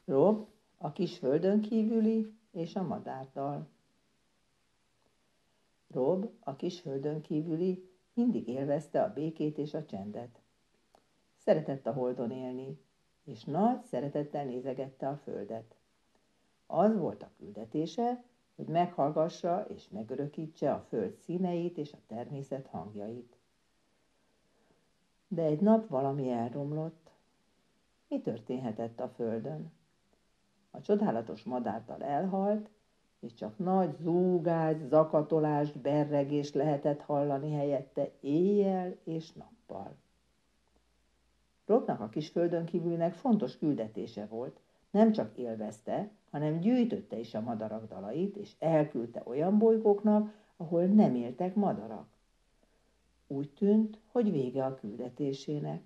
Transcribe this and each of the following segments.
Rob, a kis földön kívüli és a madárdal. Rob, a kis földön kívüli, mindig élvezte a békét és a csendet. Szeretett a holdon élni, és nagy szeretettel nézegette a földet. Az volt a küldetése, hogy meghallgassa és megörökítse a föld színeit és a természet hangjait. De egy nap valami elromlott. Mi történhetett a földön? A csodálatos madártal elhalt, és csak nagy zúgást, zakatolást, berregést lehetett hallani helyette éjjel és nappal. Robnak a kis földön kívülnek fontos küldetése volt. Nem csak élvezte, hanem gyűjtötte is a madarak dalait, és elküldte olyan bolygóknak, ahol nem éltek madarak. Úgy tűnt, hogy vége a küldetésének.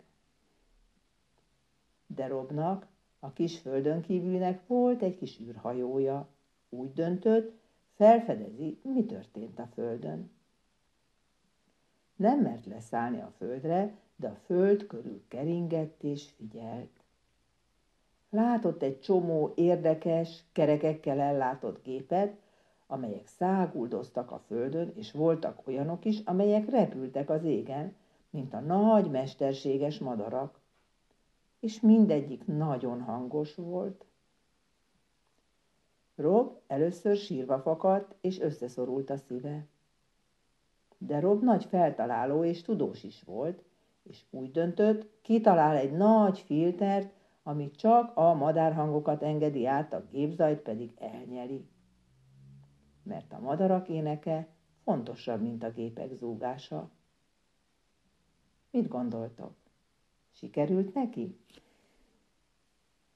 De Robnak, a kis földön kívülnek volt egy kis űrhajója. Úgy döntött, felfedezi, mi történt a földön. Nem mert leszállni a földre, de a föld körül keringett és figyelt. Látott egy csomó érdekes, kerekekkel ellátott gépet, amelyek száguldoztak a földön, és voltak olyanok is, amelyek repültek az égen, mint a nagy mesterséges madarak. És mindegyik nagyon hangos volt. Rob először sírva fakadt, és összeszorult a szíve. De Rob nagy feltaláló és tudós is volt, és úgy döntött, kitalál egy nagy filtert, ami csak a madárhangokat engedi át, a gépzajt pedig elnyeli. Mert a madarak éneke fontosabb, mint a gépek zúgása. Mit gondoltok? Sikerült neki?